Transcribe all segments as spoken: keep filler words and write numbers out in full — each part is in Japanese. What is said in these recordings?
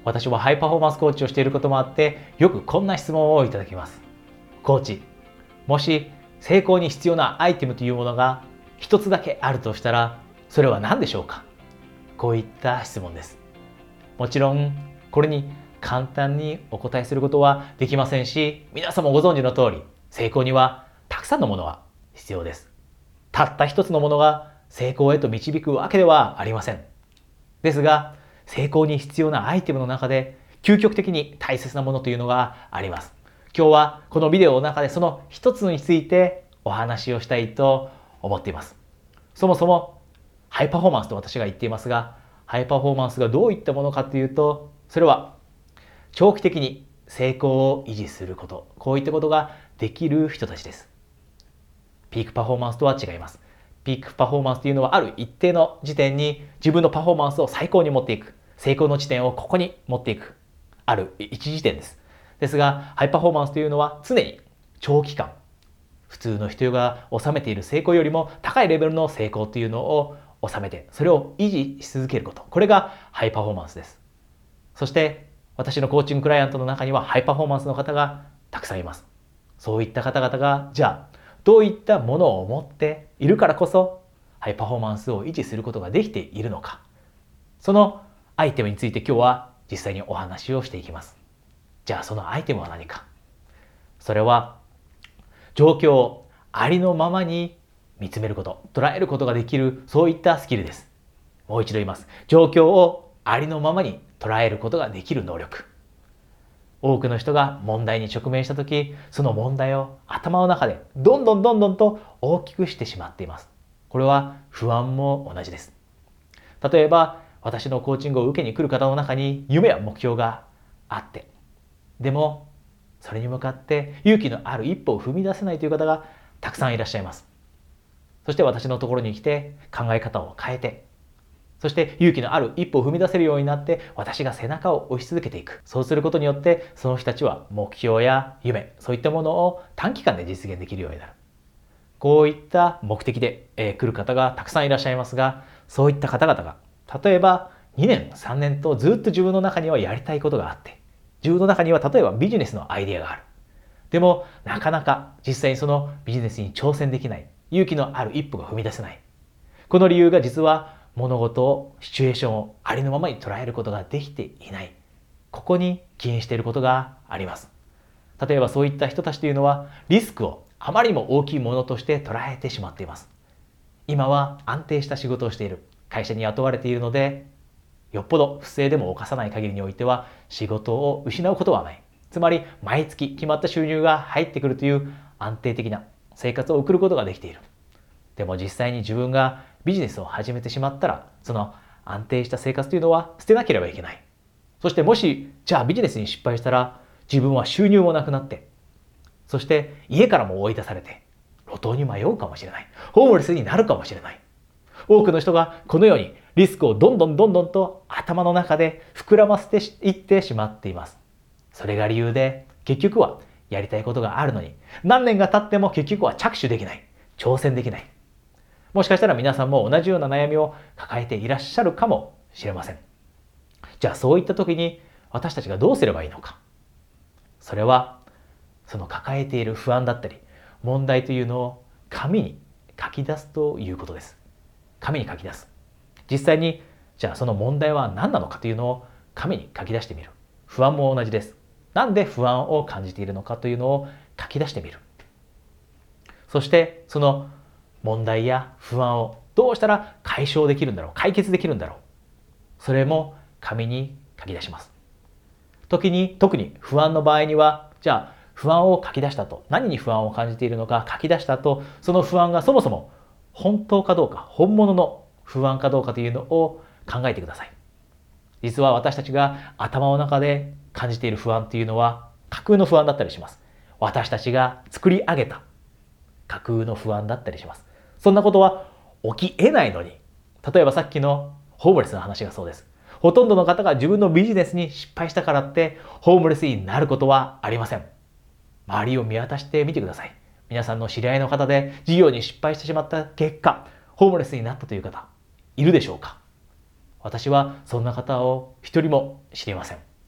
私はハイパフォーマンスコーチをしていることもあって、よくこんな質問をいただきます。コーチ、もし成功に必要なアイテムというものが一つだけあるとしたら、それは何でしょうか？こういった質問です。もちろんこれに簡単にお答えすることはできませんし、皆さんもご存知の通り、成功にはたくさんのものが必要です。たった一つのものが成功へと導くわけではありません。ですが、成功に必要なアイテムの中で究極的に大切なものというのがあります。今日はこのビデオの中でその一つについてお話をしたいと思っています。そもそもハイパフォーマンスと私が言っていますが、ハイパフォーマンスがどういったものかというと、それは長期的に成功を維持すること、こういったことができる人たちです。ピークパフォーマンスとは違います。ピークパフォーマンスというのはある一定の時点に自分のパフォーマンスを最高に持っていく。成功の地点をここに持っていく。ある一時点です。ですが、ハイパフォーマンスというのは常に長期間、普通の人が収めている成功よりも高いレベルの成功というのを収めて、それを維持し続けること。これがハイパフォーマンスです。そして私のコーチングクライアントの中にはハイパフォーマンスの方がたくさんいます。そういった方々が、じゃあどういったものを持っているからこそハイパフォーマンスを維持することができているのか。そのアイテムについて今日は実際にお話をしていきます。じゃあそのアイテムは何か。それは状況をありのままに見つめること、捉えることができる、そういったスキルです。もう一度言います。状況をありのままに捉えることができる能力。多くの人が問題に直面したとき、その問題を頭の中でどんどんどんどんと大きくしてしまっています。これは不安も同じです。例えば、私のコーチングを受けに来る方の中に夢や目標があって、でもそれに向かって勇気のある一歩を踏み出せないという方がたくさんいらっしゃいます。そして私のところに来て考え方を変えて、そして勇気のある一歩を踏み出せるようになって私が背中を押し続けていく。そうすることによってその人たちは目標や夢、そういったものを短期間で実現できるようになる。こういった目的で、えー、来る方がたくさんいらっしゃいますが、そういった方々が例えばにねんさんねんとずっと自分の中にはやりたいことがあって、自分の中には例えばビジネスのアイデアがある。でもなかなか実際にそのビジネスに挑戦できない。勇気のある一歩が踏み出せない。この理由が実は物事を、シチュエーションをありのままに捉えることができていない。ここに起因していることがあります。例えばそういった人たちというのはリスクをあまりにも大きいものとして捉えてしまっています。今は安定した仕事をしている。会社に雇われているので、よっぽど不正でも犯さない限りにおいては仕事を失うことはない。つまり毎月決まった収入が入ってくるという安定的な生活を送ることができている。でも実際に自分がビジネスを始めてしまったら、その安定した生活というのは捨てなければいけない。そしてもしじゃあビジネスに失敗したら、自分は収入もなくなって、そして家からも追い出されて路頭に迷うかもしれない。ホームレスになるかもしれない。多くの人がこのようにリスクをどんどんどんどんと頭の中で膨らませていってしまっています。それが理由で、結局はやりたいことがあるのに何年が経っても結局は着手できない。挑戦できない。もしかしたら皆さんも同じような悩みを抱えていらっしゃるかもしれません。じゃあそういった時に私たちがどうすればいいのか。それはその抱えている不安だったり問題というのを紙に書き出すということです。紙に書き出す。実際にじゃあその問題は何なのかというのを紙に書き出してみる。不安も同じです。なんで不安を感じているのかというのを書き出してみる。そしてその問題や不安をどうしたら解消できるんだろう、解決できるんだろう。それも紙に書き出します。時に特に不安の場合には、じゃあ不安を書き出したと、何に不安を感じているのか書き出したと、その不安がそもそも本当かどうか、本物の不安かどうかというのを考えてください。実は私たちが頭の中で感じている不安というのは架空の不安だったりします。私たちが作り上げた架空の不安だったりします。そんなことは起き得ないのに、例えばさっきのホームレスの話がそうです。ほとんどの方が自分のビジネスに失敗したからってホームレスになることはありません。周りを見渡してみてください。皆さんの知り合いの方で事業に失敗してしまった結果、ホームレスになったという方、いるでしょうか？私はそんな方を一人も知りません。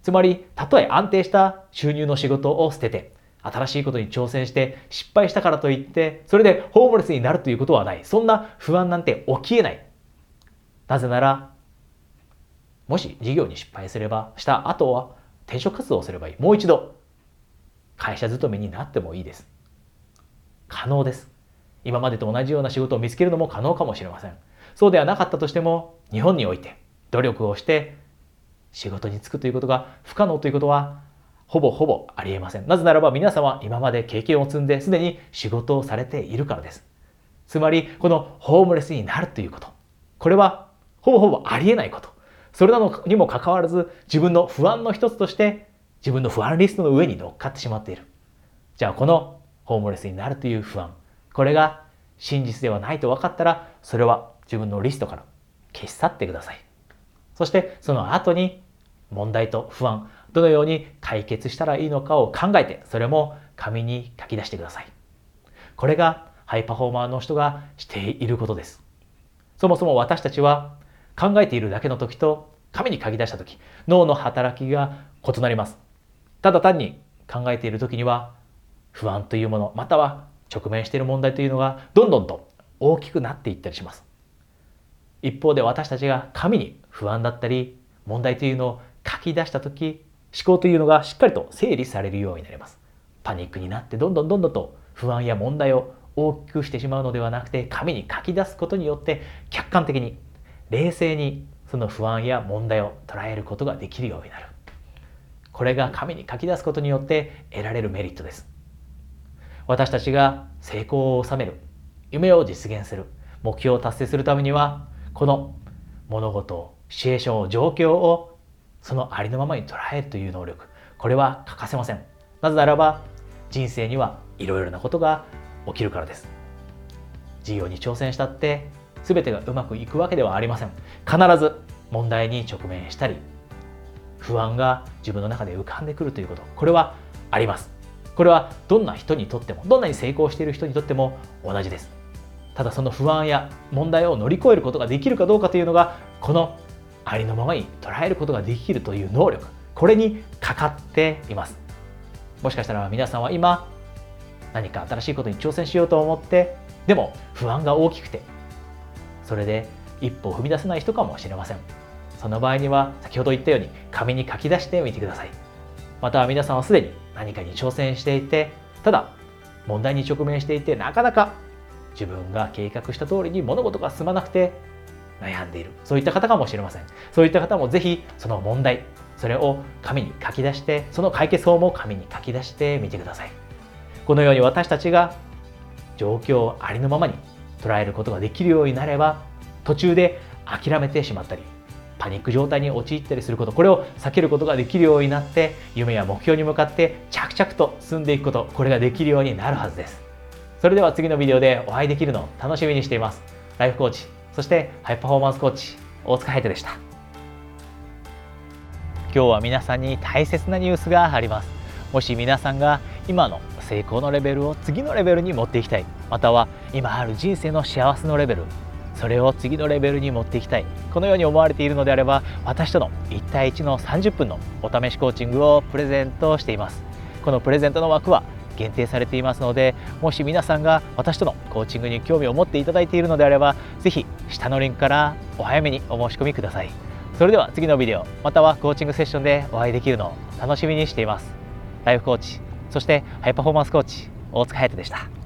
つまり、たとえ安定した収入の仕事を捨てて、新しいことに挑戦して失敗したからといって、それでホームレスになるということはない。そんな不安なんて起きえない。なぜなら、もし事業に失敗すれば、した後は転職活動をすればいい。もう一度、会社勤めになってもいいです。可能です。今までと同じような仕事を見つけるのも可能かもしれません。そうではなかったとしても、日本において努力をして仕事に就くということが不可能ということは、ほぼほぼありえません。なぜならば皆様は今まで経験を積んですでに仕事をされているからです。つまり、このホームレスになるということ。これはほぼほぼありえないこと。それなのにもかかわらず、自分の不安の一つとして自分の不安リストの上に乗っかってしまっている。じゃあこのホームレスになるという不安、これが真実ではないと分かったら、それは自分のリストから消し去ってください。そしてその後に問題と不安、どのように解決したらいいのかを考えて、それも紙に書き出してください。これがハイパフォーマーの人がしていることです。そもそも私たちは考えているだけの時と紙に書き出した時、脳の働きが異なります。ただ単に考えている時には不安というもの、または直面している問題というのがどんどんと大きくなっていったりします。一方で私たちが紙に不安だったり問題というのを書き出した時、思考というのがしっかりと整理されるようになります。パニックになってどんどんどんどんと不安や問題を大きくしてしまうのではなくて、紙に書き出すことによって客観的に冷静にその不安や問題を捉えることができるようになる。これが紙に書き出すことによって得られるメリットです。私たちが成功を収める、夢を実現する、目標を達成するためには、この物事を、シチュエーションを、状況をそのありのままに捉えるという能力、これは欠かせません。なぜならば人生にはいろいろなことが起きるからです。事業に挑戦したって全てがうまくいくわけではありません。必ず問題に直面したり、不安が自分の中で浮かんでくるということ、これはあります。これはどんな人にとっても、どんなに成功している人にとっても同じです。ただその不安や問題を乗り越えることができるかどうかというのが、このありのままに捉えることができるという能力、これにかかっています。もしかしたら皆さんは今何か新しいことに挑戦しようと思って、でも不安が大きくてそれで一歩を踏み出せない人かもしれません。その場合には先ほど言ったように紙に書き出してみてください。または皆さんはすでに何かに挑戦していて、ただ問題に直面していて、なかなか自分が計画した通りに物事が進まなくて悩んでいる、そういった方かもしれません。そういった方もぜひその問題、それを紙に書き出して、その解決法も紙に書き出してみてください。このように私たちが状況をありのままに捉えることができるようになれば、途中で諦めてしまったりパニック状態に陥ったりすること、これを避けることができるようになって、夢や目標に向かって着々と進んでいくこと、これができるようになるはずです。それでは次のビデオでお会いできるのを楽しみにしています。ライフコーチ、そしてハイパフォーマンスコーチ、大塚海人でした。今日は皆さんに大切なニュースがあります。もし皆さんが今の成功のレベルを次のレベルに持っていきたい、または今ある人生の幸せのレベル、それを次のレベルに持っていきたい、このように思われているのであれば、私とのいちたいいちのさんじゅっぷんのお試しコーチングをプレゼントしています。このプレゼントの枠は限定されていますので、もし皆さんが私とのコーチングに興味を持っていただいているのであれば、ぜひ下のリンクからお早めにお申し込みください。それでは次のビデオ、またはコーチングセッションでお会いできるのを楽しみにしています。ライフコーチ、そしてハイパフォーマンスコーチ、大塚隼人でした。